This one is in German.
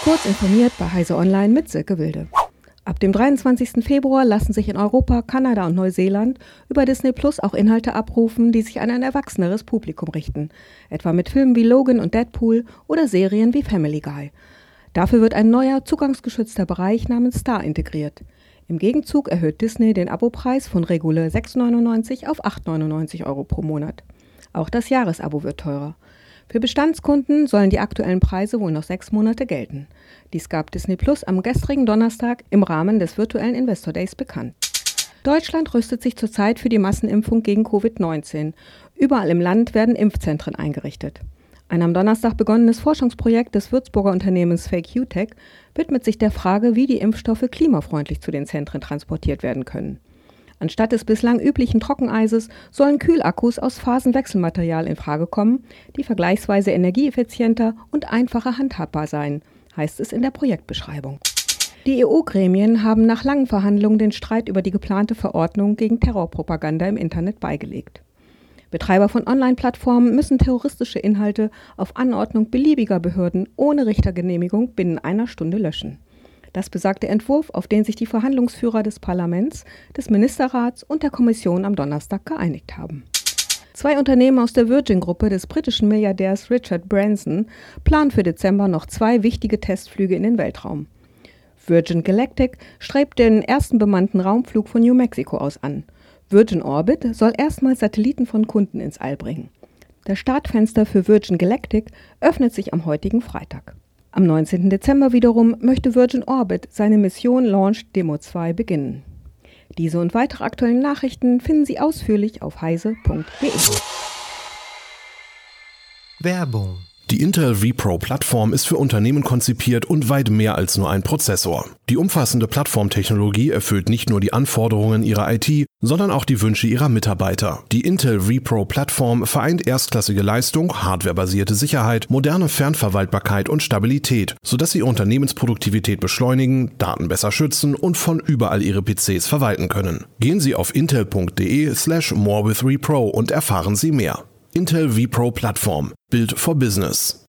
Kurz informiert bei Heise Online mit Silke Wilde. Ab dem 23. Februar lassen sich in Europa, Kanada und Neuseeland über Disney Plus auch Inhalte abrufen, die sich an ein erwachseneres Publikum richten. Etwa mit Filmen wie Logan und Deadpool oder Serien wie Family Guy. Dafür wird ein neuer, zugangsgeschützter Bereich namens Star integriert. Im Gegenzug erhöht Disney den Abopreis von regulär 6,99 auf 8,99 € pro Monat. Auch das Jahresabo wird teurer. Für Bestandskunden sollen die aktuellen Preise wohl noch 6 Monate gelten. Dies gab Disney Plus am gestrigen Donnerstag im Rahmen des virtuellen Investor Days bekannt. Deutschland rüstet sich zurzeit für die Massenimpfung gegen Covid-19. Überall im Land werden Impfzentren eingerichtet. Ein am Donnerstag begonnenes Forschungsprojekt des Würzburger Unternehmens FakeU-Tech widmet sich der Frage, wie die Impfstoffe klimafreundlich zu den Zentren transportiert werden können. Anstatt des bislang üblichen Trockeneises sollen Kühlakkus aus Phasenwechselmaterial in Frage kommen, die vergleichsweise energieeffizienter und einfacher handhabbar seien, heißt es in der Projektbeschreibung. Die EU-Gremien haben nach langen Verhandlungen den Streit über die geplante Verordnung gegen Terrorpropaganda im Internet beigelegt. Betreiber von Online-Plattformen müssen terroristische Inhalte auf Anordnung beliebiger Behörden ohne Richtergenehmigung binnen einer Stunde löschen. Das besagt der Entwurf, auf den sich die Verhandlungsführer des Parlaments, des Ministerrats und der Kommission am Donnerstag geeinigt haben. 2 Unternehmen aus der Virgin-Gruppe des britischen Milliardärs Richard Branson planen für Dezember noch 2 wichtige Testflüge in den Weltraum. Virgin Galactic strebt den ersten bemannten Raumflug von New Mexico aus an. Virgin Orbit soll erstmals Satelliten von Kunden ins All bringen. Das Startfenster für Virgin Galactic öffnet sich am heutigen Freitag. Am 19. Dezember wiederum möchte Virgin Orbit seine Mission Launch Demo 2 beginnen. Diese und weitere aktuellen Nachrichten finden Sie ausführlich auf heise.de. Werbung. Die Intel vPro-Plattform ist für Unternehmen konzipiert und weit mehr als nur ein Prozessor. Die umfassende Plattformtechnologie erfüllt nicht nur die Anforderungen ihrer IT, sondern auch die Wünsche ihrer Mitarbeiter. Die Intel vPro-Plattform vereint erstklassige Leistung, hardwarebasierte Sicherheit, moderne Fernverwaltbarkeit und Stabilität, sodass sie ihre Unternehmensproduktivität beschleunigen, Daten besser schützen und von überall ihre PCs verwalten können. Gehen Sie auf intel.de/morewithvPro und erfahren Sie mehr. Intel vPro Plattform. Built for Business.